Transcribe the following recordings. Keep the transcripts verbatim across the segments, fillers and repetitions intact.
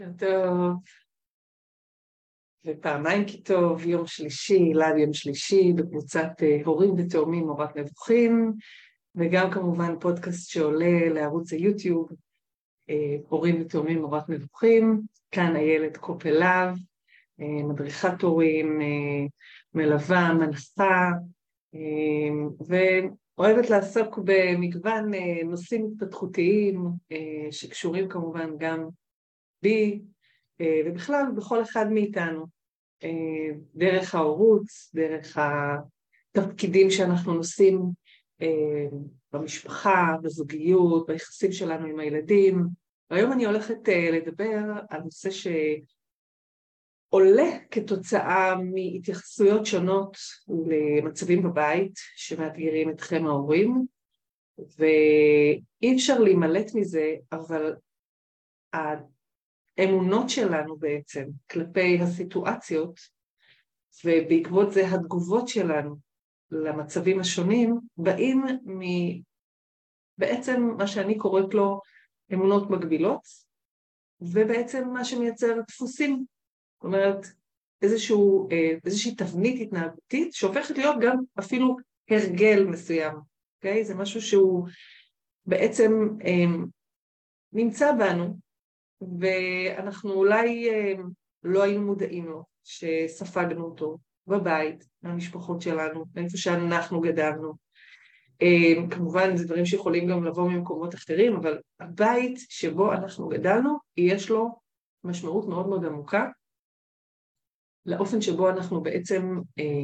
טוב, ופעמיים כי טוב, יום שלישי, לילה יום שלישי, בקבוצת הורים ותאומים מורת נבוכים, וגם כמובן פודקאסט שעולה לערוץ היוטיוב, הורים ותאומים מורת נבוכים. כאן איילת קופלב, מדריכת הורים, מלווה, מנחה, ואוהבת לעסוק במגוון נושאים התפתחותיים, שקשורים כמובן גם בי, ובכלל בכל אחד מאיתנו, דרך ההורות, דרך התפקידים שאנחנו נושאים במשפחה, בזוגיות, ביחסים שלנו עם הילדים. והיום אני הולכת לדבר על נושא שעולה כתוצאה מהתייחסויות שונות למצבים בבית שמאתגרים אתכם ההורים, ואי אפשר להימלט מזה, אבל האמונות שלנו בעצם כלפי הסיטואציות, ובעקבות זה התגובות שלנו למצבים השונים, באים מבעצם מה שאני קוראת לו אמונות מגבילות, ובעצם מה שמייצר דפוסים, זאת אומרת איזשהו, איזושהי תבנית התנהגותית, שהופכת להיות גם אפילו הרגל מסוים, אוקיי? זה משהו שהוא בעצם נמצא בנו, ואנחנו אולי לא היינו מודעים לו, שספגנו אותו בבית, מהמשפחות שלנו, מאיפה שאנחנו גדלנו. כמובן, זה דברים שיכולים גם לבוא ממקומות אחרים, אבל הבית שבו אנחנו גדלנו, יש לו משמעות מאוד מאוד עמוקה, לאופן שבו אנחנו בעצם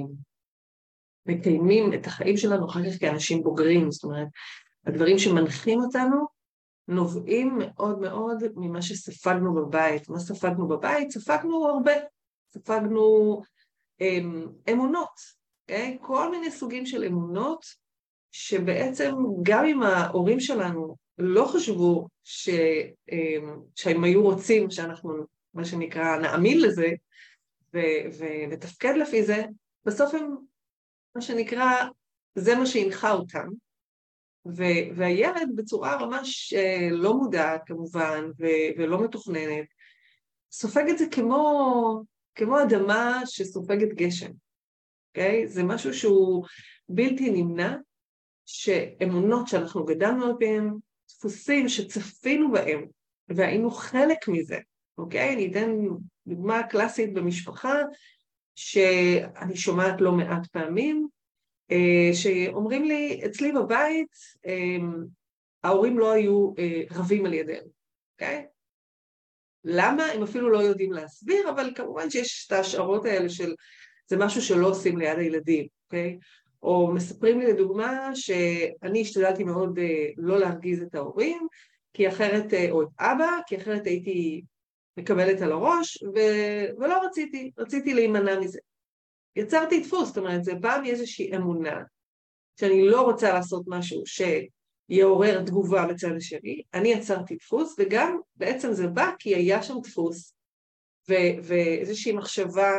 מקיימים את החיים שלנו אחר כך כאנשים בוגרים. זאת אומרת, הדברים שמנחים אותנו, נובעים מאוד מאוד ממה שספגנו בבית. מה ספגנו בבית? ספגנו הרבה. ספגנו אמ, אמונות, okay? כל מיני סוגים של אמונות, שבעצם גם אם ההורים שלנו לא חשבו ש, אמ, שהם היו רוצים שאנחנו, מה שנקרא, נאמין לזה, ו- ונתפקד לפי זה, בסוף הם, מה שנקרא, זה מה שהנחה אותם, והילד בצורה ממש לא מודעת כמובן, ולא מתוכננת, סופג את זה כמו, כמו אדמה שסופגת גשם. Okay? זה משהו שהוא בלתי נמנע, שאמונות שאנחנו גדלנו עליהם, דפוסים שצפינו בהם, והיינו חלק מזה. Okay? אני אתן דוגמה קלאסית במשפחה, שאני שומעת לא מעט פעמים, שאומרים לי, אצלי בבית, ההורים לא היו רבים על ידינו, אוקיי? למה? הם אפילו לא יודעים להסביר, אבל כמובן שיש את ההשערות האלה של, זה משהו שלא עושים ליד הילדים, אוקיי? או מספרים לי לדוגמה שאני השתדלתי מאוד לא להרגיז את ההורים, כי אחרת, או את אבא, כי אחרת הייתי מקבלת על הראש, ו- ולא רציתי, רציתי להימנע מזה. יצרתי דפוס, זאת אומרת, זה בא מאיזושהי אמונה, שאני לא רוצה לעשות משהו שיעורר תגובה בצד השני, אני יצרתי דפוס, וגם בעצם זה בא כי היה שם דפוס, ו- ואיזושהי מחשבה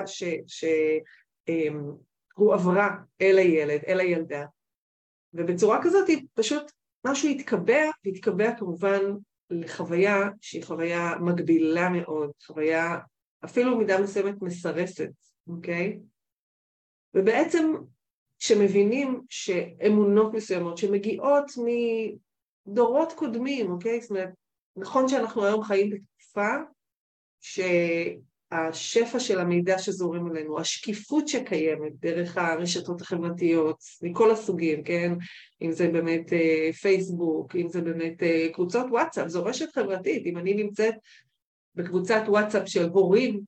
שהוא עברה אל הילד, אל הילדה, ובצורה כזאת פשוט משהו יתקבע, ויתקבע כמובן לחוויה שהיא חוויה מגבילה מאוד, חוויה אפילו מידה מסוימת מסרסת, אוקיי? ובעצם כשמבינים שאמונות מסוימות שמגיעות מדורות קודמים, אוקיי? זאת אומרת, נכון שאנחנו היום חיים בתקופה שהשפע של המידע שזורים אלינו, השקיפות שקיימת דרך הרשתות החברתיות, מכל הסוגים, כן? אם זה באמת פייסבוק, אם זה באמת קבוצות וואטסאפ, זו רשת חברתית. אם אני נמצאת בקבוצת וואטסאפ של הורים,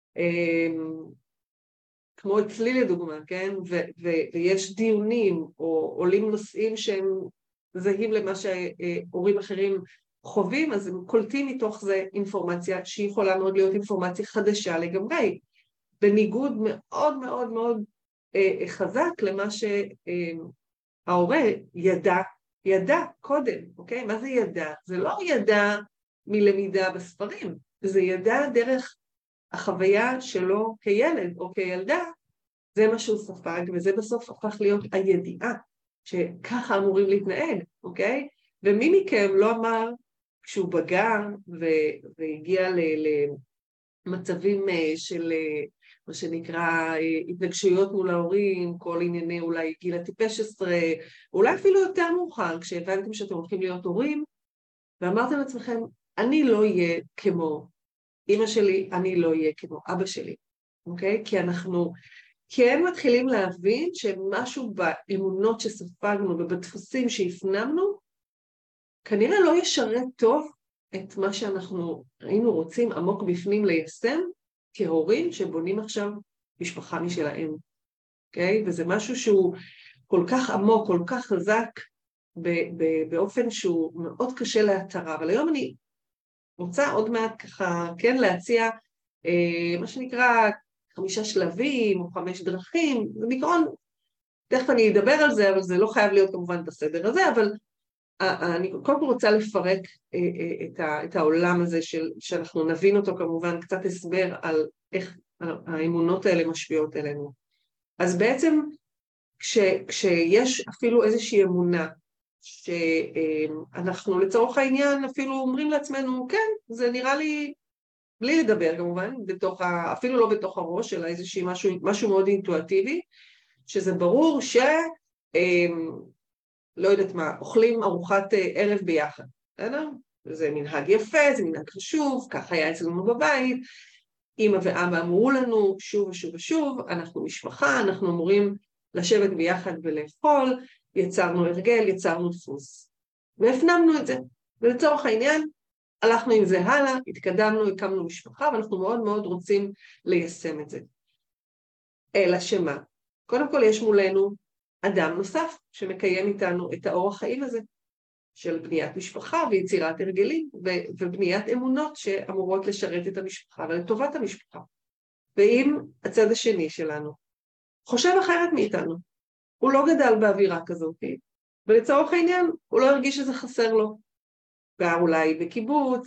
כמו אצלי לדוגמה, כן? ו- ו- ויש דיונים או עולים נושאים שהם זהים למה שהורים אחרים חווים, אז הם קולטים מתוך זה אינפורמציה שהיא יכולה מאוד להיות אינפורמציה חדשה לגמרי, בניגוד מאוד מאוד מאוד אה, חזק למה שההורה ידע, ידע קודם, אוקיי? מה זה ידע? זה לא ידע מלמידה בספרים, זה ידע דרך החוויה שלו כילד או כילדה, זה מה שהוא ספג, וזה בסוף הפך להיות הידיעה, שככה אמורים להתנהג, אוקיי? ומי מכם לא אמר, כשהוא בגר והגיע למצבים של מה שנקרא התנגשויות מול ההורים, כל ענייני אולי גיל הטיפש עשרה, אולי אפילו יותר מאוחר, כשהבנתם שאתם הולכים להיות הורים, ואמרתם לעצמכם, אני לא אהיה כמו אמא שלי, אני לא אהיה כמו אבא שלי, אוקיי? כי אנחנו כן מתחילים להבין שמשהו באמונות שספגנו ובדפוסים שהפנמנו, כנראה לא ישרת טוב את מה שאנחנו היינו רוצים עמוק בפנים ליישם, כהורים שבונים עכשיו משפחה משלהם, אוקיי? וזה משהו שהוא כל כך עמוק, כל כך חזק, באופן שהוא מאוד קשה להתרה. אבל היום אני רוצה עוד מעט ככה, כן, להציע אה, מה שנקרא חמישה שלבים או חמש דרכים, זה בעיקרון, תכף אני אדבר על זה, אבל זה לא חייב להיות כמובן בסדר הזה, אבל אני קודם כל רוצה לפרק את, ה, את העולם הזה של, שאנחנו נבין אותו כמובן, קצת הסבר על איך האמונות האלה משפיעות אלינו. אז בעצם כש, כשיש אפילו איזושהי אמונה, שאנחנו לצורך העניין אפילו אומרים לעצמנו, כן, זה נראה לי, בלי לדבר כמובן, בתוך ה, אפילו לא בתוך הראש, אלא איזושהי משהו, משהו מאוד אינטואטיבי, שזה ברור ש... לא יודעת מה, אוכלים ארוחת ערב ביחד, בסדר? זה מנהג יפה, זה מנהג חשוב, כך היה אצלנו בבית, אמא ואבא אמרו לנו שוב ושוב ושוב, אנחנו משפחה, אנחנו אמורים לשבת ביחד ולאכול, יצרנו הרגל, יצרנו דפוס. והפנמנו את זה, ולצורך העניין, הלכנו עם זה הלאה, התקדמנו, הקמנו משפחה, ואנחנו מאוד מאוד רוצים ליישם את זה. אלא שמה? קודם כל יש מולנו אדם נוסף שמקיים איתנו את האורח חיים הזה, של בניית משפחה ויצירת הרגלים, ובניית אמונות שאמורות לשרת את המשפחה ולטובת המשפחה. ואם הצד השני שלנו חושב אחרת מאיתנו, הוא לא גדל באווירה כזאת, ולצורך העניין הוא לא הרגיש שזה חסר לו. ואולי בקיבוץ,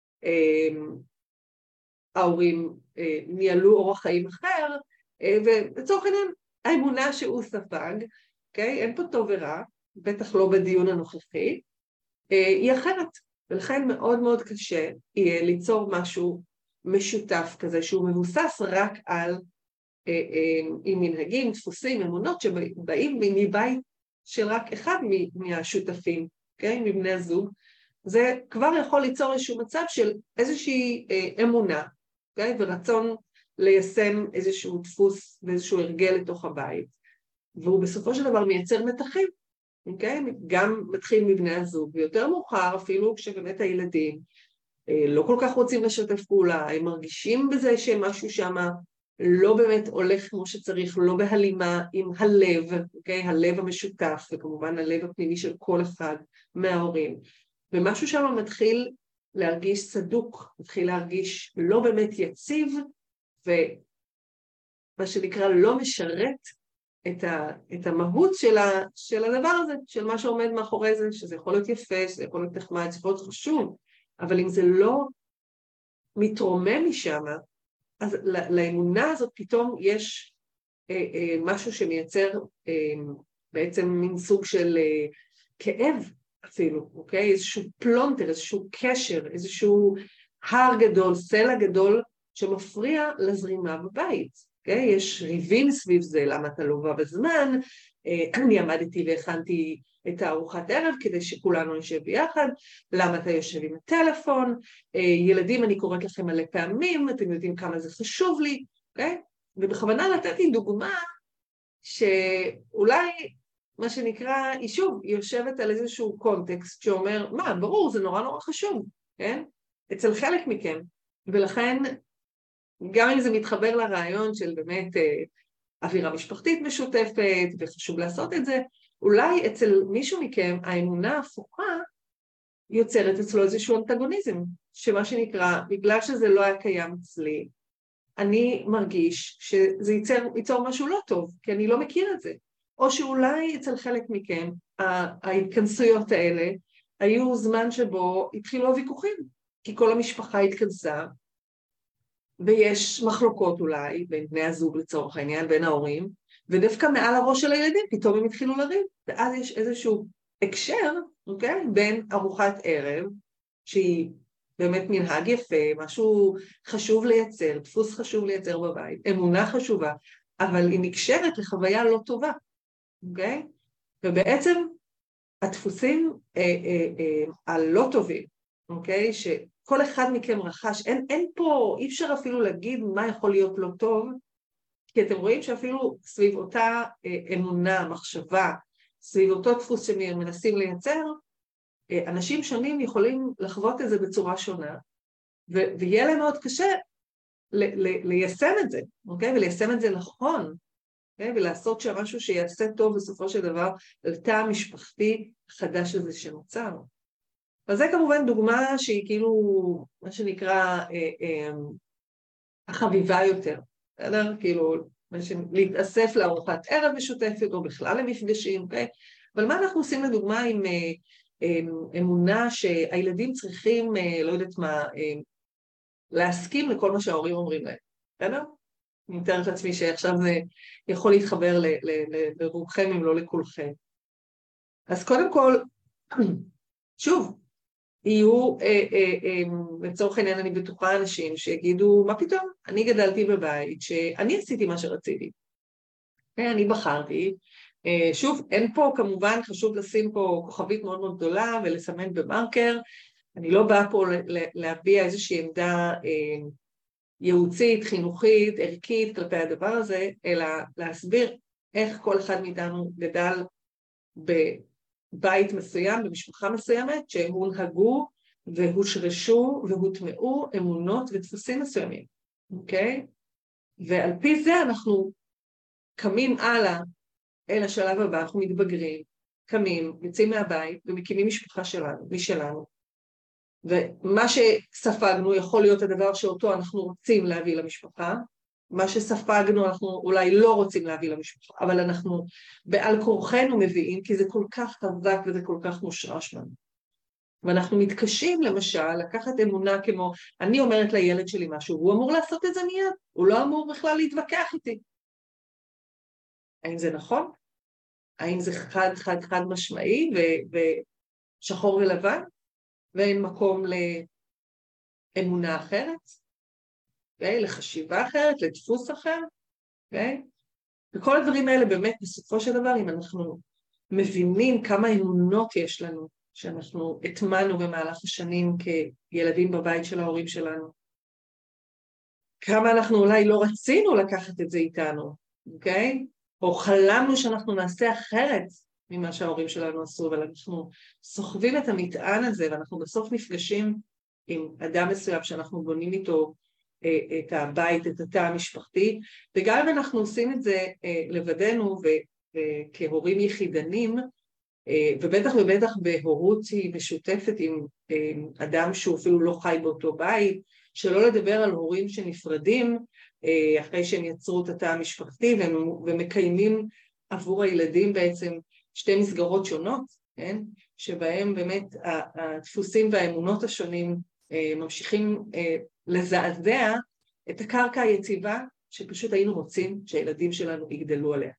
ההורים ניהלו אורח חיים אחר, ולצורך העניין האמונה שהוא ספג, okay? אין פה טוב ורע, בטח לא בדיון הנוכחי, היא אחרת, ולכן מאוד מאוד קשה יהיה ליצור משהו משותף כזה, שהוא מבוסס רק על עם מנהגים, דפוסים, אמונות שבאים מבית של רק אחד מהשותפים, okay? מבני הזוג, זה כבר יכול ליצור איזשהו מצב של איזושהי אמונה, okay? ורצון ליישם איזשהו דפוס ואיזשהו הרגל לתוך הבית, והוא בסופו של דבר מייצר מתחים, okay? גם מתחיל מבני הזוג, ויותר מאוחר אפילו כשבאמת הילדים לא כל כך רוצים לשתף פעולה, הם מרגישים בזה שמשהו שם לא באמת הולך כמו שצריך, לא בהלימה עם הלב, okay? הלב המשותף, וכמובן הלב הפנימי של כל אחד מההורים, ומשהו שם מתחיל להרגיש סדוק, מתחיל להרגיש לא באמת יציב, ומה שנקרא לא משרת את, ה, את המהות של, ה, של הדבר הזה, של מה שעומד מאחורי זה, שזה יכול להיות יפה, שזה יכול להיות נחמד, זה יכול להיות חשוב, אבל אם זה לא מתרומם משם, אז לאמונה הזאת פתאום יש אה, אה, משהו שמייצר אה, בעצם מין סוג של אה, כאב אפילו, אוקיי? איזשהו פלונטר, איזשהו קשר, איזשהו הר גדול, סלע גדול, שמפריע לזרימה בבית, okay? יש ריבים סביב זה, למה אתה לא בא בזמן, אני עמדתי והכנתי את הארוחת ערב כדי שכולנו נשב ביחד, למה אתה יושב עם הטלפון, ילדים אני קוראת לכם מלא פעמים, אתם יודעים כמה זה חשוב לי, okay? ובכוונה נתתי דוגמה שאולי מה שנקרא, היא שוב, היא יושבת על איזשהו קונטקסט שאומר, מה, ברור, זה נורא נורא חשוב, כן? אצל חלק מכם, ולכן גם אם זה מתחבר לרעיון של באמת אה, אווירה משפחתית משותפת, וחשוב לעשות את זה, אולי אצל מישהו מכם האמונה ההפוכה יוצרת אצלו איזשהו אנטגוניזם, שמה שנקרא, בגלל שזה לא היה קיים אצלי, אני מרגיש שזה ייצר, ייצור משהו לא טוב, כי אני לא מכיר את זה. או שאולי אצל חלק מכם, ההתכנסויות האלה היו זמן שבו התחילו הוויכוחים, כי כל המשפחה התכנסה, ויש מחלוקות אולי בין בני הזוג לצורך העניין, בין ההורים, ודווקא מעל הראש של הילדים פתאום הם התחילו לריב, ואז יש איזשהו הקשר, אוקיי? בין ארוחת ערב, שהיא באמת מנהג יפה, משהו חשוב לייצר, דפוס חשוב לייצר בבית, אמונה חשובה, אבל היא נקשרת לחוויה לא טובה, אוקיי? ובעצם הדפוסים אה, אה, אה, הלא טובים, אוקיי? שכל אחד מכם רכש, אין, אין פה, אי אפשר אפילו להגיד מה יכול להיות לא טוב, כי אתם רואים שאפילו סביב אותה אה, אמונה, מחשבה, סביב אותו דפוס שמנסים לייצר, אה, אנשים שונים יכולים לחוות את זה בצורה שונה, ו- ויהיה להם מאוד קשה ל- ל- ליישם את זה, אוקיי? וליישם את זה נכון, אוקיי? ולעשות שם משהו שיעשה טוב בסופו של דבר לתא המשפחתי החדש הזה שנוצר. אז זה כמובן דוגמה שהיא כאילו, מה שנקרא, אה, אה, החביבה יותר, בסדר? כאילו, להתאסף לארוחת ערב משותפת, או בכלל למפגשים, אוקיי? אבל מה אנחנו עושים לדוגמה עם אה, אה, אמונה שהילדים צריכים, אה, לא יודעת מה, אה, להסכים לכל מה שההורים אומרים להם, בסדר? אני מתארת לעצמי שעכשיו זה יכול להתחבר ל- ל- ל- לרובכם אם לא לכולכם. אז קודם כל, שוב, יהיו, אה, אה, אה, לצורך העניין אני בטוחה אנשים שיגידו, מה פתאום? אני גדלתי בבית שאני עשיתי מה שרציתי. אני בחרתי. אה, שוב, אין פה כמובן, חשוב לשים פה כוכבית מאוד מאוד גדולה ולסמן במרקר. אני לא באה פה להביע איזושהי עמדה אה, ייעוצית, חינוכית, ערכית כלפי הדבר הזה, אלא להסביר איך כל אחד מאיתנו גדל בבית מסוים, במשפחה מסוימת, שהונהגו והושרשו והוטמעו אמונות ודפוסים מסוימים, אוקיי? ועל פי זה אנחנו קמים הלאה אל השלב הבא, אנחנו מתבגרים, קמים, יוצאים מהבית ומקימים משפחה שלנו, משלנו. ומה שספגנו יכול להיות הדבר שאותו אנחנו רוצים להביא למשפחה, מה שספגנו אנחנו אולי לא רוצים להביא למשפחה, אבל אנחנו בעל כורחנו מביאים, כי זה כל כך חזק וזה כל כך מושרש לנו. ואנחנו מתקשים למשל לקחת אמונה כמו, אני אומרת לילד שלי משהו, הוא אמור לעשות את זה מיד, הוא לא אמור בכלל להתווכח איתי. האם זה נכון? האם זה חד חד חד משמעי ושחור ולבן? ואין מקום לאמונה אחרת, okay? לחשיבה אחרת, לדפוס אחר, okay? וכל הדברים האלה באמת בסופו של דבר, אם אנחנו מבינים כמה אמונות יש לנו, שאנחנו התמנו במהלך השנים כילדים בבית של ההורים שלנו, כמה אנחנו אולי לא רצינו לקחת את זה איתנו, אוקיי? או חלמנו שאנחנו נעשה אחרת ממה שההורים שלנו עשו, אבל אנחנו סוחבים את המטען הזה, ואנחנו בסוף נפגשים עם אדם מסוים שאנחנו בונים איתו את הבית, את התא המשפחתי, וגם אם אנחנו עושים את זה לבדנו וכהורים יחידנים, ובטח ובטח בהורות היא משותפת עם אדם שהוא אפילו לא חי באותו בית, שלא לדבר על הורים שנפרדים אחרי שהם יצרו את התא המשפחתי ומקיימים עבור הילדים בעצם שתי מסגרות שונות, כן? שבהם באמת הדפוסים והאמונות השונים ממשיכים לזעזע את הקרקע היציבה שפשוט היינו רוצים שהילדים שלנו יגדלו עליה.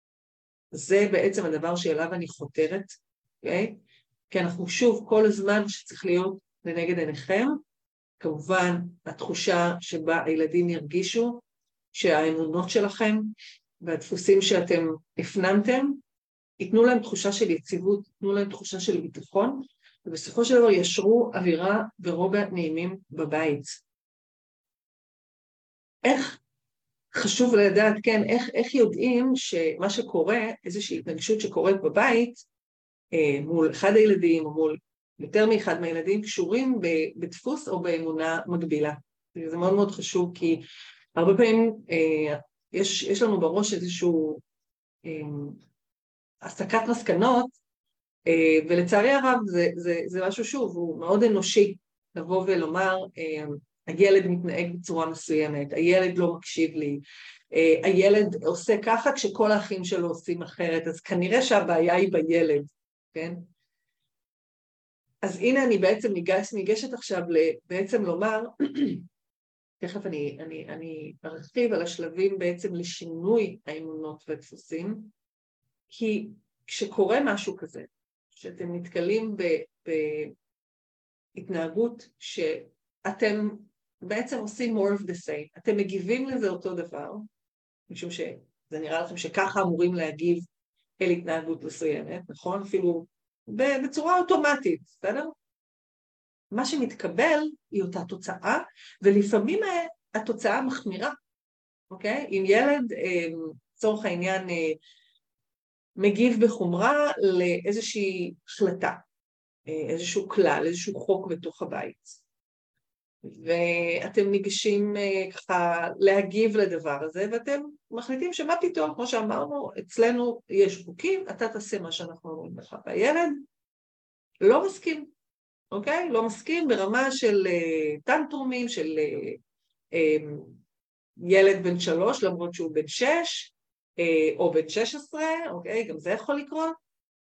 זה בעצם הדבר שאליו אני חותרת, אוקיי? כי אנחנו שוב כל הזמן שצריך להיות לנגד עיניכם, כמובן התחושה שבה הילדים ירגישו שהאמונות שלכם והדפוסים שאתם הפנמתם, ייתנו להם תחושה של יציבות, ייתנו להם תחושה של ביטחון, ובסופו של דבר ישרו אווירה ורוגע נעימים בבית. איך חשוב לדעת, כן, איך, איך יודעים שמה שקורה, איזושהי התנגשות שקורית בבית, אה, מול אחד הילדים או מול יותר מאחד מהילדים, קשורים בדפוס או באמונה מגבילה. זה מאוד מאוד חשוב, כי הרבה פעמים אה, יש, יש לנו בראש איזשהו אה, הסקת מסקנות, אה, ולצערי הרב זה, זה, זה משהו שוב, הוא מאוד אנושי, לבוא ולומר, אה, הילד מתנהג בצורה מסוימת, הילד לא מקשיב לי, uh, הילד עושה ככה כשכל האחים שלו עושים אחרת, אז כנראה שהבעיה היא בילד, כן? אז הנה אני בעצם ניגש, ניגשת עכשיו בעצם לומר, תכף אני, אני, אני ארחיב על השלבים בעצם לשינוי האמונות והדפוסים, כי כשקורה משהו כזה, שאתם נתקלים ב... ב התנהגות שאתם בעצם עושים more of the same, אתם מגיבים לזה אותו דבר, משום שזה נראה לכם שככה אמורים להגיב אל התנהגות מסוימת, נכון? אפילו בצורה אוטומטית, בסדר? מה שמתקבל היא אותה תוצאה, ולפעמים התוצאה מחמירה, אוקיי? אם ילד, לצורך העניין, מגיב בחומרה לאיזושהי החלטה, איזשהו כלל, איזשהו חוק בתוך הבית, ואתם ניגשים ככה להגיב לדבר הזה, ואתם מחליטים שמה פתאום, כמו שאמרנו, אצלנו יש חוקים, אתה תעשה מה שאנחנו אומרים לך, והילד לא מסכים, אוקיי? לא מסכים ברמה של טנטרומים, של ילד בן שלוש, למרות שהוא בן שש, או בן שש עשרה, אוקיי? גם זה יכול לקרות.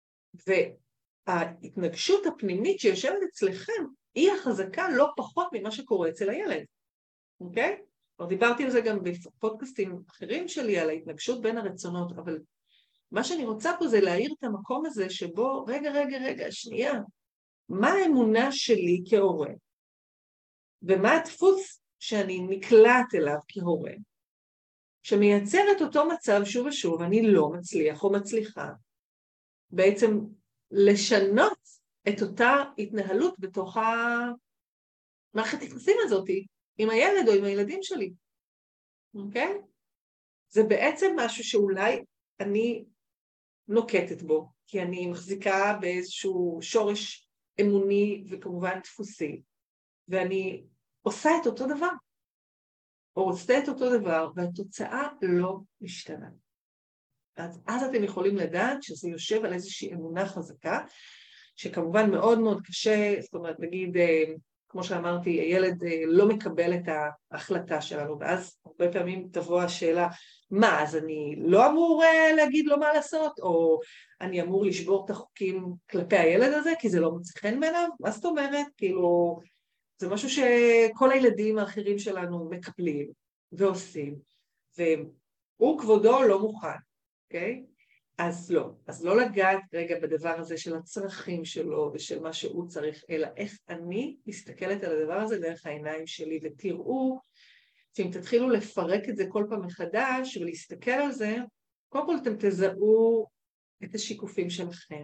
וההתנגשות הפנימית שיושבת אצלכם, היא החזקה לא פחות ממה שקורה אצל הילד, אוקיי? כבר דיברתי על זה גם בפודקאסטים אחרים שלי, על ההתנגשות בין הרצונות, אבל מה שאני רוצה פה זה להעיר את המקום הזה שבו, רגע, רגע, רגע, שנייה, מה האמונה שלי כהורה? ומה הדפוס שאני נקלעת אליו כהורה? שמייצר את אותו מצב שוב ושוב, אני לא מצליח או מצליחה, בעצם לשנות את אותה התנהלות בתוך המערכת יחסים הזאת, עם הילד או עם הילדים שלי. אוקיי? זה בעצם משהו שאולי אני נוקטת בו, כי אני מחזיקה באיזשהו שורש אמוני וכמובן דפוסי, ואני עושה את אותו דבר, או עושה את אותו דבר, והתוצאה לא משתנה. אז, אז אתם יכולים לדעת שזה יושב על איזושהי אמונה חזקה, שכמובן מאוד מאוד קשה, זאת אומרת, נגיד, כמו שאמרתי, הילד לא מקבל את ההחלטה שלנו, ואז הרבה פעמים תבוא השאלה, מה, אז אני לא אמור להגיד לו מה לעשות, או אני אמור לשבור את החוקים כלפי הילד הזה, כי זה לא מוצא חן בעיניו? מה זאת אומרת? כאילו, זה משהו שכל הילדים האחרים שלנו מקבלים ועושים, והוא כבודו לא מוכן, אוקיי? אז לא, אז לא לגעת רגע בדבר הזה של הצרכים שלו ושל מה שהוא צריך, אלא איך אני מסתכלת על הדבר הזה דרך העיניים שלי, ותראו שאם תתחילו לפרק את זה כל פעם מחדש ולהסתכל על זה, קודם כל אתם תזהו את השיקופים שלכם.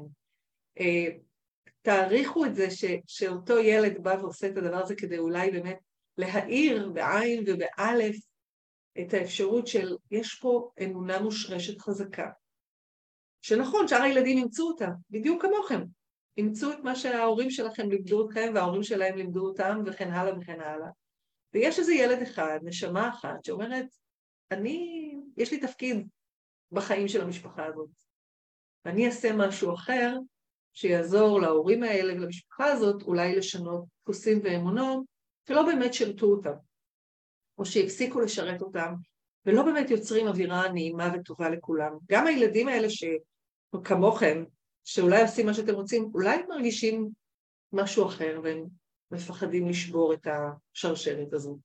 תעריכו את זה ש, שאותו ילד בא ועושה את הדבר הזה כדי אולי באמת להאיר בעין ובאלף את האפשרות של יש פה אמונה מושרשת חזקה. שנכון, שאר הילדים ימצאו אותה, בדיוק כמוכם. ימצאו את מה שההורים שלכם לימדו אתכם, וההורים שלהם לימדו אותם, וכן הלאה וכן הלאה. ויש איזה ילד אחד, נשמה אחת, שאומרת, אני, יש לי תפקיד בחיים של המשפחה הזאת. ואני אעשה משהו אחר, שיעזור להורים האלה ולמשפחה הזאת, אולי לשנות דפוסים ואמונות, שלא באמת שרתו אותם, או שהפסיקו לשרת אותם, ולא באמת יוצרים אווירה נעימה וטובה לכולם. גם הילדים האלה שכמוכם, שאולי עושים מה שאתם רוצים, אולי מרגישים משהו אחר, והם מפחדים לשבור את השרשרת הזאת.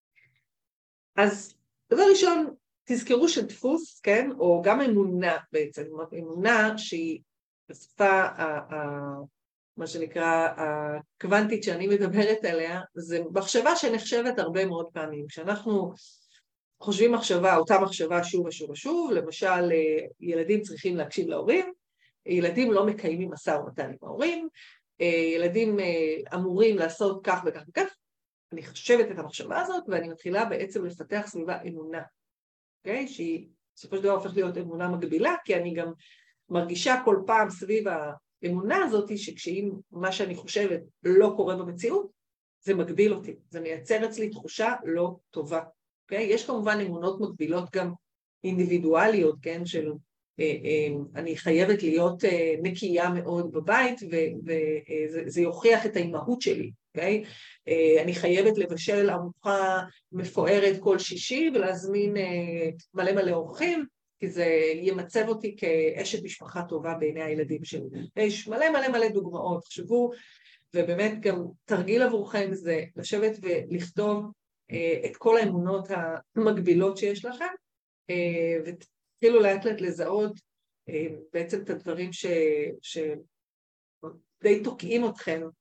אז דבר ראשון, תזכרו שדפוס, כן, או גם אמונה בעצם, אמונה שהיא בשפה, מה שנקרא, הקוונטית שאני מדברת עליה, זה מחשבה שנחשבת הרבה מאוד פעמים. כשאנחנו חושבים מחשבה, אותה מחשבה שוב ושוב ושוב, למשל, ילדים צריכים להקשיב להורים, ילדים לא מקיימים משא ומתן עם ההורים, ילדים אמורים לעשות כך וכך וכך, אני חושבת את המחשבה הזאת, ואני מתחילה בעצם לפתח סביבה אמונה, אוקיי? שהיא בסופו של דבר הופכת להיות אמונה מגבילה, כי אני גם מרגישה כל פעם סביב האמונה הזאת, שכשאם מה שאני חושבת לא קורה במציאות, זה מגביל אותי, זה מייצר אצלי תחושה לא טובה. Okay? יש כמובן אמונות מגבילות גם אינדיבידואליות, כן? של אה, אה, אני חייבת להיות אה, נקייה מאוד בבית, וזה יוכיח את האימהות שלי. Okay? אה, אני חייבת לבשל ארוחה מפוארת כל שישי, ולהזמין אה, מלא מלא אורחים, כי זה ימצב אותי כאשת משפחה טובה בעיני הילדים שלי. יש מלא מלא מלא דוגמאות, חשבו, ובאמת גם תרגיל עבורכם זה לשבת ולכתוב את כל האמונות המגבילות שיש לכם, ותתחילו לאט לאט לזהות בעצם את הדברים ש... שדי תוקעים אתכם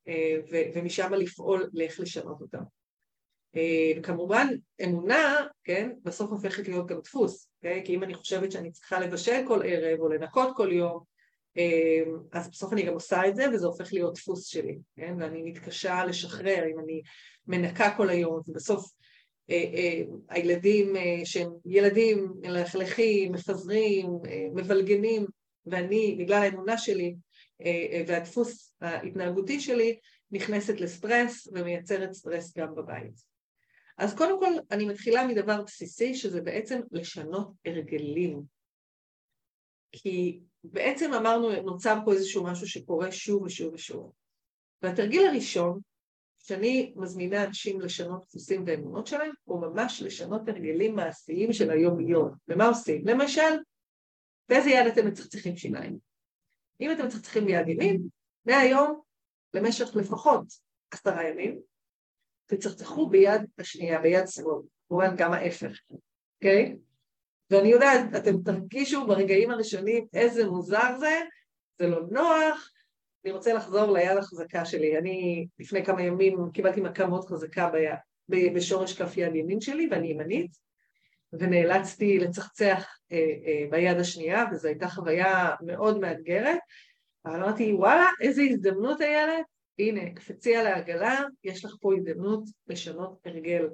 ומשם לפעול לאיך לשנות אותם. וכמובן, אמונה, כן, בסוף הופכת להיות גם דפוס, okay? כי אם אני חושבת שאני צריכה לבשל כל ערב או לנקות כל יום, אז בסוף אני גם עושה את זה, וזה הופך להיות דפוס שלי, כן? ואני מתקשה לשחרר אם אני מנקה כל היום, ובסוף הילדים שהם ילדים מלכלכים, מפזרים, מבלגנים, ואני, בגלל האמונה שלי והדפוס ההתנהגותי שלי, נכנסת לסטרס ומייצרת סטרס גם בבית. אז קודם כל אני מתחילה מדבר בסיסי, שזה בעצם לשנות הרגלים. כי בעצם אמרנו, נוצר פה איזשהו משהו שקורה שוב ושוב ושוב. והתרגיל הראשון, שאני מזמינה אנשים לשנות דפוסים ואמונות שלהם, הוא ממש לשנות הרגלים מעשיים של היום-יום. ומה עושים? למשל, באיזה יד אתם מצחצחים שיניים? אם אתם מצחצחים ביד ימין, מהיום למשך לפחות עשרה ימים, תצחצחו ביד השנייה, ביד שמאל, כמובן גם ההפך, אוקיי? ואני יודעת, אתם תרגישו ברגעים הראשונים איזה מוזר זה, זה לא נוח, אני רוצה לחזור ליד החזקה שלי. אני לפני כמה ימים קיבלתי מכה מאוד חזקה ביד, בשורש כף יד ימין שלי, ואני ימנית, ונאלצתי לצחצח אה, אה, ביד השנייה, וזו הייתה חוויה מאוד מאתגרת, אבל אמרתי, וואלה, איזה הזדמנות הילד, הנה, קפצי על העגלה, יש לך פה הזדמנות לשנות הרגל.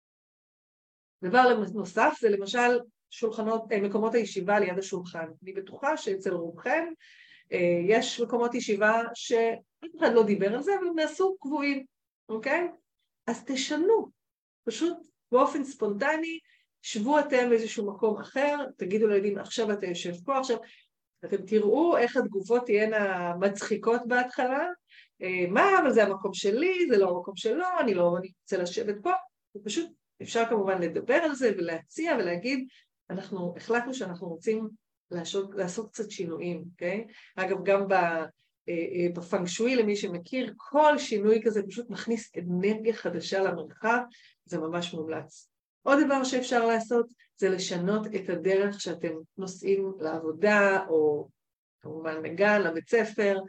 דבר נוסף זה למשל שולחנות, מקומות הישיבה ליד השולחן. אני בטוחה שאצל רובכם יש מקומות ישיבה שאף אחד לא דיבר על זה, אבל נעשו קבועים, אוקיי? אז תשנו, פשוט באופן ספונטני, שבו אתם באיזשהו מקום אחר, תגידו לילדים, עכשיו אתה יושב פה, עכשיו אתם תראו איך התגובות תהיינה מצחיקות בהתחלה, מה, אבל זה המקום שלי, זה לא המקום שלו, אני לא אני רוצה לשבת פה, ופשוט אפשר כמובן לדבר על זה ולהציע ולהגיד, אנחנו החלטנו שאנחנו רוצים לעשות, לעשות קצת שינויים, אוקיי? אגב, גם בפנג שווי, למי שמכיר, כל שינוי כזה פשוט מכניס אנרגיה חדשה למרחב, זה ממש מומלץ. עוד דבר שאפשר לעשות זה לשנות את הדרך שאתם נוסעים לעבודה, או כמובן לגן, לבית ספר,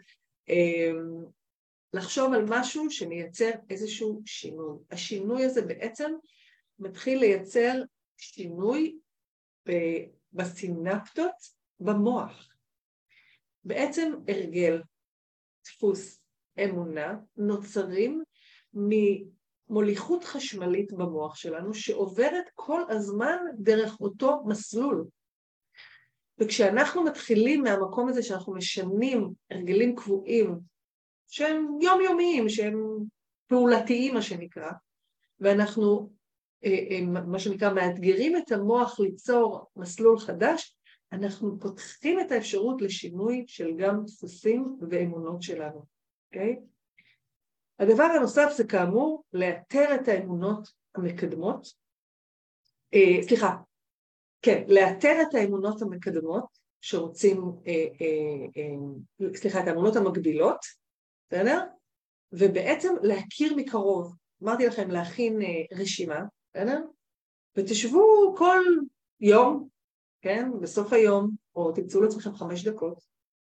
לחשוב על משהו שמייצר איזשהו שינוי. השינוי הזה בעצם מתחיל לייצר שינוי בסינפטות במוח. בעצם הרגל, דפוס, אמונה, נוצרים ממוליכות חשמלית במוח שלנו, שעוברת כל הזמן דרך אותו מסלול. וכשאנחנו מתחילים מהמקום הזה שאנחנו משנים הרגלים קבועים, שהם יומיומיים, שהם פעולתיים מה שנקרא, ואנחנו מה שנקרא מאתגרים את המוח ליצור מסלול חדש, אנחנו פותחים את האפשרות לשינוי של גם דפוסים ואמונות שלנו, אוקיי? הדבר הנוסף זה כאמור לאתר את האמונות המקדמות, אה, סליחה, כן, לאתר את האמונות המקדמות שרוצים, אה, אה, אה, סליחה, את האמונות המקבילות, בסדר? ובעצם להכיר מקרוב, אמרתי לכם להכין אה, רשימה, בסדר? ותשבו כל יום, כן? בסוף היום, או תמצאו לעצמכם חמש דקות,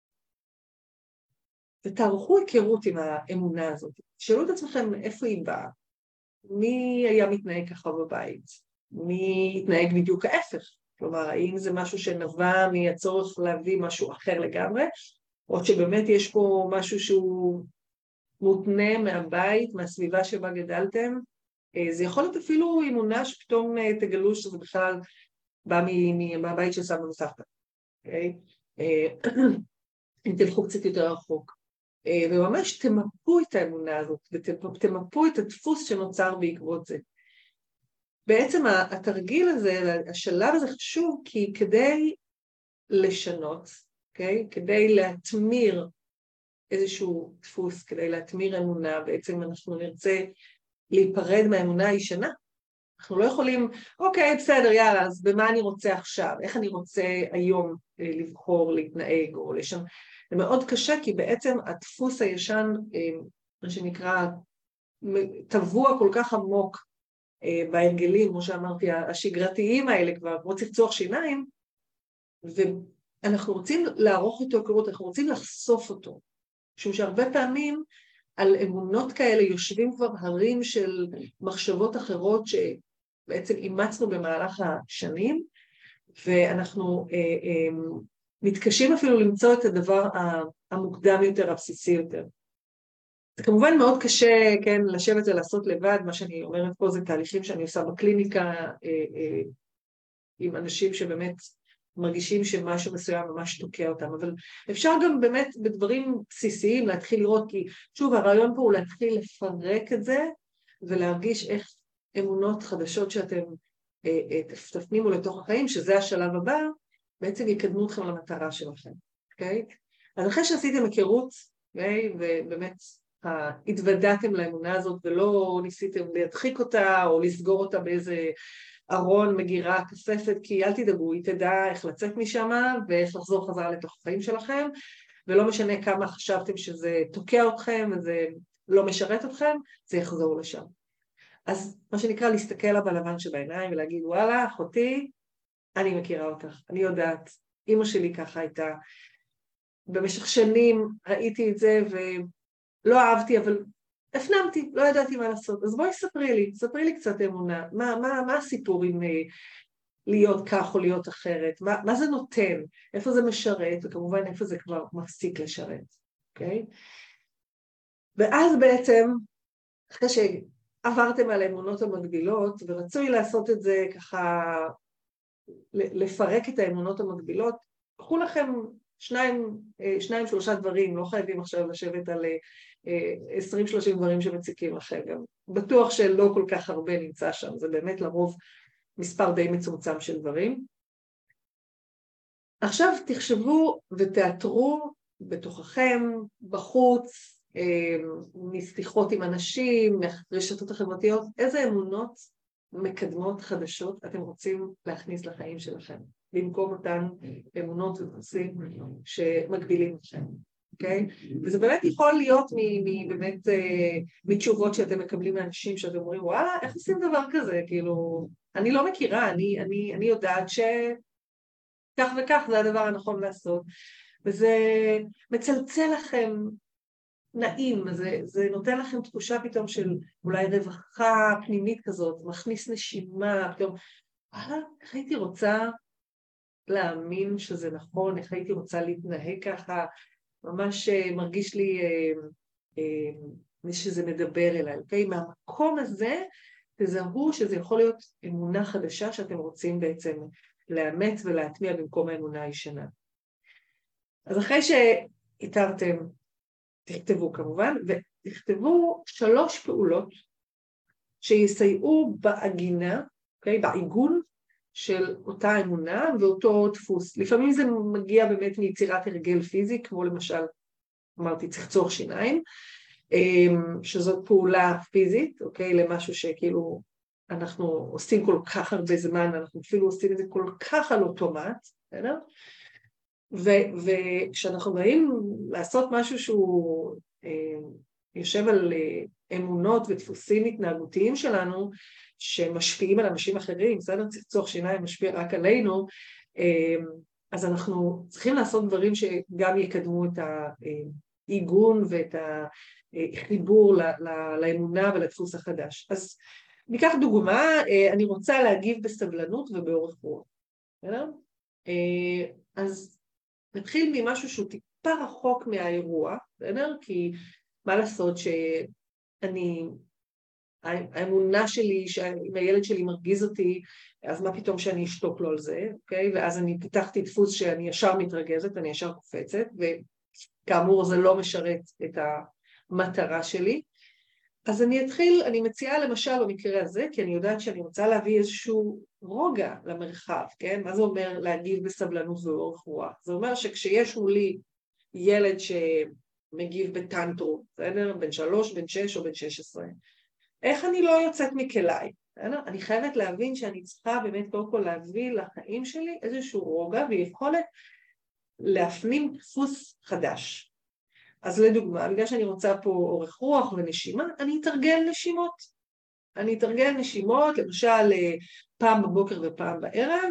ותערכו היכרות עם האמונה הזאת. שאלו את עצמכם איפה היא באה, מי היה מתנהג ככה בבית, מי התנהג בדיוק ההפך, כלומר, האם זה משהו שנבע מהצורך להביא משהו אחר לגמרי, או שבאמת יש פה משהו שהוא מותנה מהבית, מהסביבה שבה גדלתם. זה יכול להיות אפילו אמונה שפתאום תגלו שזה בכלל בא מהבית של סבא וסבתא. אם תלכו קצת יותר רחוק. וממש תמפו את האמונה הזאת, ותמפו את הדפוס שנוצר בעקבות זה. בעצם התרגיל הזה, השלב הזה חשוב, כי כדי לשנות, okay? כדי להתמיר איזשהו דפוס, כדי להתמיר אמונה, בעצם אנחנו נרצה להיפרד מהאמונה הישנה. אנחנו לא יכולים, אוקיי, בסדר, יאללה, אז במה אני רוצה עכשיו? איך אני רוצה היום לבחור, להתנהג או לשם? זה מאוד קשה, כי בעצם הדפוס הישן, מה שנקרא, טבוע כל כך עמוק בהרגלים, כמו שאמרתי, השגרתיים האלה כבר, כמו צחצוח שיניים, ואנחנו רוצים לערוך איתו היכרות, אנחנו רוצים לחשוף אותו, משום שהרבה פעמים על אמונות כאלה יושבים כבר הרים של מחשבות אחרות שבעצם אימצנו במהלך השנים, ואנחנו אה, אה, מתקשים אפילו למצוא את הדבר המוקדם יותר, הבסיסי יותר. זה כמובן מאוד קשה, כן, לשבת ולעשות לבד, מה שאני אומרת פה זה תהליכים שאני עושה בקליניקה, אה, אה, עם אנשים שבאמת מרגישים שמשהו מסוים ממש תוקע אותם, אבל אפשר גם באמת בדברים בסיסיים להתחיל לראות, כי שוב הרעיון פה הוא להתחיל לפרק את זה, ולהרגיש איך אמונות חדשות שאתם אה, אה, תפנימו לתוך החיים, שזה השלב הבא, בעצם יקדמו אתכם למטרה שלכם, אוקיי? אז אחרי שעשיתם היכרות, אוקיי, ובאמת התוודעתם לאמונה הזאת, ולא ניסיתם להדחיק אותה, או לסגור אותה באיזה ארון, מגירה, כספת, כי אל תדאגו, היא תדע איך לצאת משם, ואיך לחזור חזרה לתוך החיים שלכם, ולא משנה כמה חשבתם שזה תוקע אתכם, וזה לא משרת אתכם, זה יחזור לשם. אז מה שנקרא להסתכל לה בלבן שבעיניים, ולהגיד, וואלה, אחותי, אני מכירה אותך, אני יודעת, אמא שלי ככה הייתה, במשך שנים ראיתי את זה, ולא אהבתי, אבל הפנמתי, לא ידעתי מה לעשות, אז בואי ספרי לי, ספרי לי קצת אמונה, מה, מה, מה הסיפור עם להיות כך או להיות אחרת, מה, מה זה נותן, איפה זה משרת, וכמובן איפה זה כבר מפסיק לשרת, אוקיי? ואז בעצם, אחרי שעברתם על האמונות המקבילות, ורצוי לעשות את זה ככה, לפרק את האמונות המקבילות, קחו לכם שניים, שניים שלושה דברים, לא חייבים עכשיו לשבת על עשרים שלושים דברים שמציקים לכם, גם בטוח שלא כל כך הרבה נמצא שם, זה באמת לרוב מספר די מצומצם של דברים. עכשיו תחשבו ותיאטרו בתוככם, בחוץ, משיחות עם אנשים, מהרשתות החברתיות, איזה אמונות מקדמות חדשות אתם רוצים להכניס לחיים שלכם, במקום אותן אמונות ודפוסים שמקבילים לכם. אוקיי? וזה באמת יכול להיות באמת מתשובות שאתם מקבלים מאנשים שאתם אומרים, וואלה, איך עושים דבר כזה? כאילו, אני לא מכירה, אני, אני, אני יודעת שכך וכך זה הדבר הנכון לעשות. וזה מצלצל לכם נעים, זה, זה נותן לכם תחושה פתאום של אולי רווחה פנימית כזאת, מכניס נשימה, פתאום, וואלה, איך הייתי רוצה להאמין שזה נכון, איך הייתי רוצה להתנהג ככה, ממש מרגיש לי אה, אה, שזה מדבר אליי, אוקיי? מהמקום הזה תזהו שזה יכול להיות אמונה חדשה שאתם רוצים בעצם לאמץ ולהטמיע במקום האמונה הישנה. אז אחרי שהתארתם, תכתבו כמובן, ותכתבו שלוש פעולות שיסייעו בעגינה, אוקיי? בעיגון של אותה אמונה ואותו דפוס. לפעמים זה מגיע באמת מיצירת הרגל פיזי, כמו למשל, אמרתי, צחצוח שיניים, שזאת פעולה פיזית, אוקיי? למשהו שכאילו אנחנו עושים כל כך הרבה זמן, אנחנו אפילו עושים את זה כל כך על אוטומט, בסדר? וכשאנחנו באים לעשות משהו שהוא יושב על אמונות ודפוסים התנהגותיים שלנו, שמשפיעים על אנשים אחרים, בסדר? צחצוח שיניים משפיע רק עלינו, אז אנחנו צריכים לעשות דברים שגם יקדמו את העיגון ואת החיבור לאמונה ולדפוס החדש. אז ניקח דוגמה, אני רוצה להגיב בסבלנות ובאורך רוח, בסדר? אז נתחיל ממשהו שהוא טיפה רחוק מהאירוע, בסדר? כי מה לעשות שאני, האמונה שלי, שאם הילד שלי מרגיז אותי, אז מה פתאום שאני אשתוק לו על זה, אוקיי? ואז אני פיתחתי דפוס שאני ישר מתרגזת, אני ישר קופצת, וכאמור זה לא משרת את המטרה שלי. אז אני אתחיל, אני מציעה למשל במקרה הזה, כי אני יודעת שאני רוצה להביא איזשהו רוגע למרחב, כן? מה זה אומר להגיב בסבלנות ואורך רוח? זה אומר שכשיש מולי ילד שמגיב בטנטרום, בסדר? בן שלוש, בן שש או בן שש עשרה, איך אני לא יוצאת מכליי? בסדר? אני חייבת להבין שאני צריכה באמת קודם כל להביא לחיים שלי איזשהו רוגע ויכולת להפנים דפוס חדש. אז לדוגמה, בגלל שאני רוצה פה אורך רוח ונשימה, אני אתרגל נשימות. אני אתרגל נשימות, למשל פעם בבוקר ופעם בערב,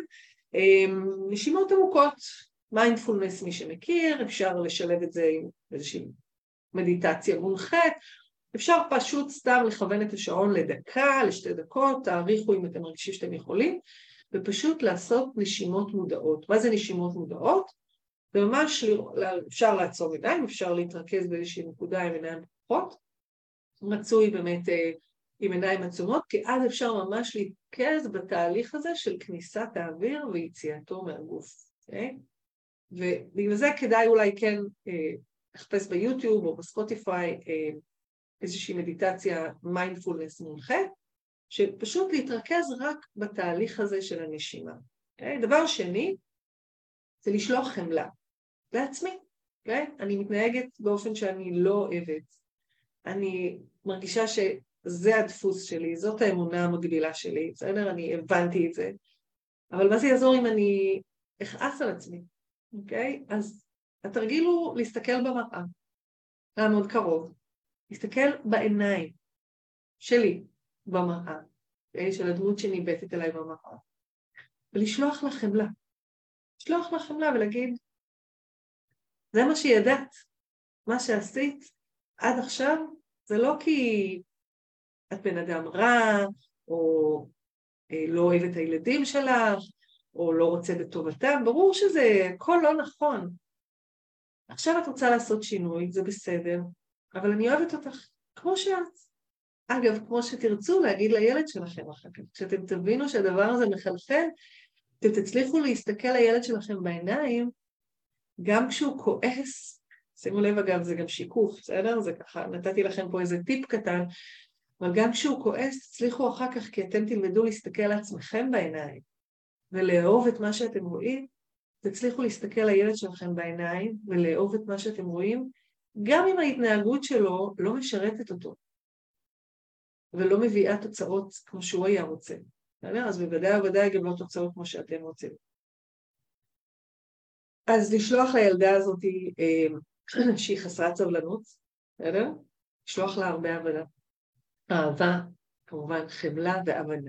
נשימות עמוקות, מיינדפולנס מי שמכיר, אפשר לשלב את זה עם איזושהי מדיטציה מונחית, אפשר פשוט סתם לכוון את השעון לדקה, לשתי דקות, תאריכו אם אתם מרגישים שאתם יכולים, ופשוט לעשות נשימות מודעות. מה זה נשימות מודעות? וממש אפשר לעצום עיניים, אפשר להתרכז באיזושהי נקודה עם עיניים פחות, רצוי באמת עם עיניים עצומות, כי אז אפשר ממש להתרכז בתהליך הזה של כניסת האוויר ויציאתו מהגוף. Okay? ובגלל זה כדאי אולי כן לחפש ביוטיוב או בספוטיפיי איזושהי מדיטציה מיינדפולנס מונחה, שפשוט להתרכז רק בתהליך הזה של הנשימה. Okay? דבר שני, זה לשלוח חמלה לעצמי. Okay? אני מתנהגת באופן שאני לא אוהבת. אני מרגישה שזה הדפוס שלי, זאת האמונה המגבילה שלי, בסדר? אני הבנתי את זה. אבל מה זה יעזור אם אני אכעס על עצמי? אוקיי? אז התרגיל הוא להסתכל במראה, לעמוד קרוב, להסתכל בעיניים שלי במראה, okay? של הדמות שניבטת אליי במראה, ולשלוח לה חמלה. לשלוח לה חמלה ולהגיד, זה מה שידעת, מה שעשית עד עכשיו, זה לא כי את בן אדם רע, או לא אוהב את הילדים שלך, או לא רוצה בטובתם, ברור שזה הכל לא נכון. עכשיו את רוצה לעשות שינוי, זה בסדר, אבל אני אוהבת אותך כמו שאת. אגב, כמו שתרצו להגיד לילד שלכם אחר כך, כשאתם תבינו שהדבר הזה מחלחל, אתם תצליחו להסתכל לילד שלכם בעיניים, גם כשהוא כועס, שימו לב אגב, זה גם שיקוף, בסדר? זה ככה, נתתי לכם פה איזה טיפ קטן, אבל גם כשהוא כועס, תצליחו אחר כך, כי אתם תלמדו להסתכל לעצמכם בעיניים, ולאהוב את מה שאתם רואים, תצליחו להסתכל לילד שלכם בעיניים, ולאהוב את מה שאתם רואים, גם אם ההתנהגות שלו לא משרתת אותו, ולא מביאה תוצאות כמו שהוא היה רוצה. בסדר? אז בוודאי ובוודאי גם לא תוצאות כמו שאתם רוצים. אז לשלוח לילדה הזאת שהיא חסרת סבלנות, בסדר? לשלוח לה הרבה הבנה. אהבה, כמובן חמלה והבנה.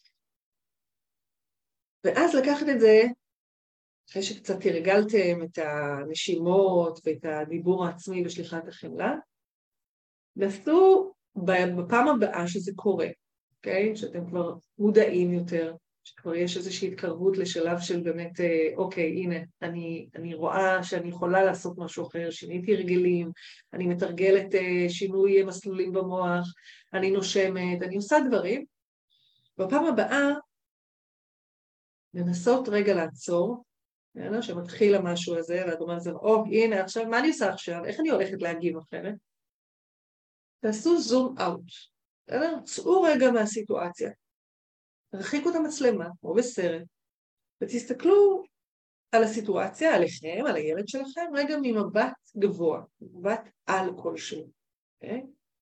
ואז לקחת את זה, אחרי שקצת תרגלתם את הנשימות ואת הדיבור העצמי ושליחת החמלה, נסו בפעם הבאה שזה קורה, אוקיי? שאתם כבר מודעים יותר, שכבר יש איזושהי התקרבות לשלב של באמת, אוקיי, הנה, אני, אני רואה שאני יכולה לעשות משהו אחר, שיניתי הרגלים, אני מתרגלת שינוי מסלולים במוח, אני נושמת, אני עושה דברים. בפעם הבאה, לנסות רגע לעצור, שמתחיל המשהו הזה, ואת אומרת, או, הנה, עכשיו, מה אני עושה עכשיו? איך אני הולכת להגיב אחרת? תעשו זום אאוט, צאו רגע מהסיטואציה. תרחיקו את המצלמה, או בסרט, ותסתכלו על הסיטואציה, עליכם, על הילד שלכם, רגע ממבט גבוה, מבט על כלשהו. Okay?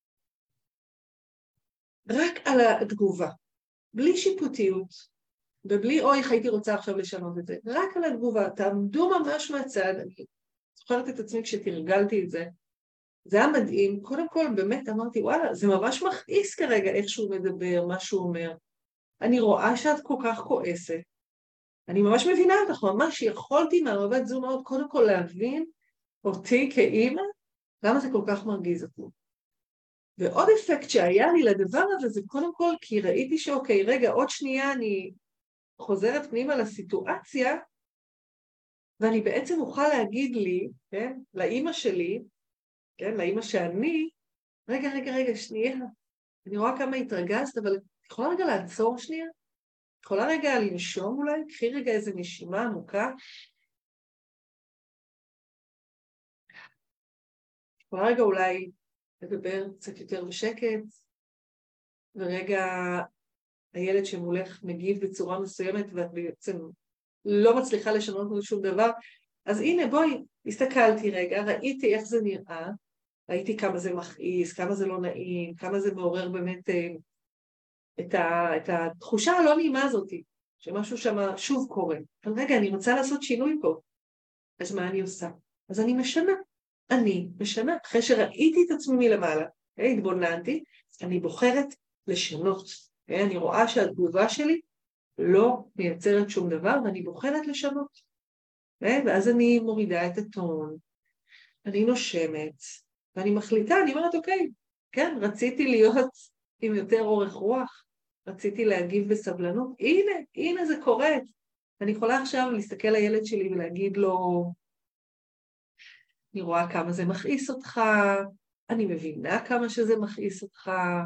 רק על התגובה, בלי שיפוטיות, ובלי, אוי, איך הייתי רוצה עכשיו לשנות את זה, רק על התגובה, תעמדו ממש מהצד, אני זוכרת את עצמי כשתרגלתי את זה, זה היה מדהים, קודם כל באמת אמרתי, וואלה, זה ממש מכעיס כרגע איך שהוא מדבר, מה שהוא אומר, אני רואה שאת כל כך כועסת, אני ממש מבינה אותך, ממש יכולתי מהמבט זום מאוד קודם כל להבין אותי כאימא, למה זה כל כך מרגיז אותי. ועוד אפקט שהיה לי לדבר הזה, זה קודם כל כי ראיתי שאוקיי, רגע, עוד שנייה אני חוזרת פנימה לסיטואציה, ואני בעצם אוכל להגיד לי, כן, לאימא שלי, כן, לאימא שאני, רגע, רגע, רגע, שנייה, אני רואה כמה התרגזת, אבל יכולה רגע לעצור שנייה? יכולה רגע לנשום אולי? קחי רגע איזו נשימה עמוקה. יכולה רגע אולי לדבר קצת יותר בשקט, ורגע הילד שמולך מגיב בצורה מסוימת, ואת בעצם לא מצליחה לשנות שום דבר, אז הנה בואי, הסתכלתי רגע, ראיתי איך זה נראה, ראיתי כמה זה מכעיס, כמה זה לא נעים, כמה זה מעורר באמת את, ה, את התחושה הלא נעימה הזאת, שמשהו שם שוב קורה. אבל רגע, אני רוצה לעשות שינוי פה. אז מה אני עושה? אז אני משנה. אני משנה. אחרי שראיתי את עצמי מלמעלה, התבוננתי, אני בוחרת לשנות. אני רואה שהתגובה שלי לא מייצרת שום דבר, ואני בוחרת לשנות. ואז אני מורידה את הטון, אני נושמת, ואני מחליטה, אני אומרת, אוקיי, כן, רציתי להיות עם יותר אורך רוח, רציתי להגיב בסבלנות, הנה, הנה זה קורה. אני יכולה עכשיו להסתכל לילד שלי ולהגיד לו, אני רואה כמה זה מכעיס אותך, אני מבינה כמה שזה מכעיס אותך,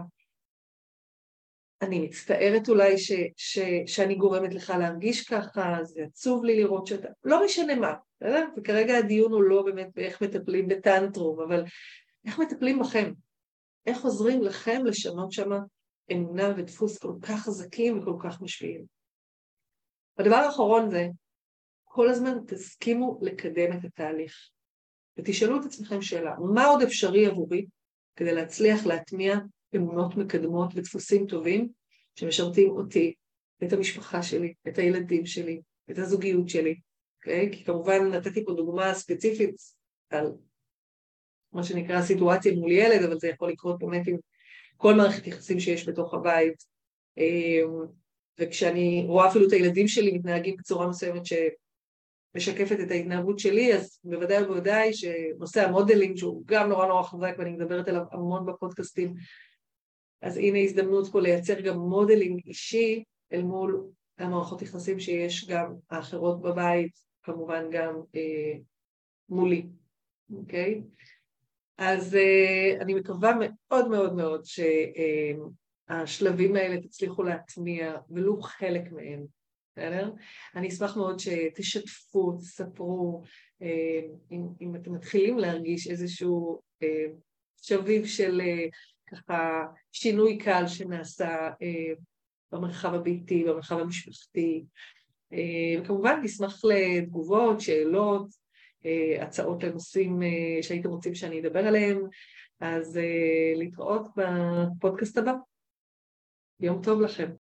אני מצטערת אולי ש, ש, שאני גורמת לך להרגיש ככה, זה עצוב לי לראות שאתה, לא משנה מה, בסדר? וכרגע הדיון הוא לא באמת באיך מטפלים בטנטרום, אבל איך מטפלים בכם? איך עוזרים לכם לשנות שמה אמונה ודפוס כל כך חזקים וכל כך משפיעים? הדבר האחרון זה, כל הזמן תסכימו לקדם את התהליך, ותשאלו את עצמכם שאלה, מה עוד אפשרי עבורי כדי להצליח להטמיע אמונות מקדמות ודפוסים טובים שמשרתים אותי, את המשפחה שלי, את הילדים שלי, את הזוגיות שלי, okay? כי כמובן נתתי פה דוגמה ספציפית על מה שנקרא סיטואציה מול ילד, אבל זה יכול לקרות באמת עם כל מערכת יחסים שיש בתוך הבית, וכשאני רואה אפילו את הילדים שלי מתנהגים בצורה מסוימת שמשקפת את ההתנהגות שלי, אז בוודאי ובוודאי שנושא המודלינג, שהוא גם נורא נורא חזק ואני מדברת עליו המון בפודקאסטים, אז הנה הזדמנות פה לייצר גם מודלינג אישי אל מול המערכות יחסים שיש גם האחרות בבית, כמובן גם אה, מולי, אוקיי? אז אה, אני מקווה מאוד מאוד מאוד שהשלבים האלה תצליחו להטמיע ולו חלק מהם, בסדר? אני אשמח מאוד שתשתפו, תספרו, אה, אם, אם אתם מתחילים להרגיש איזשהו אה, שביב של אה, ככה שינוי קל שנעשה אה, במרחב הביתי, במרחב המשפחתי. אה, וכמובן נשמח לתגובות, שאלות, אה, הצעות לנושאים אה, שהייתם רוצים שאני אדבר עליהם, אז אה, להתראות בפודקאסט הבא. יום טוב לכם.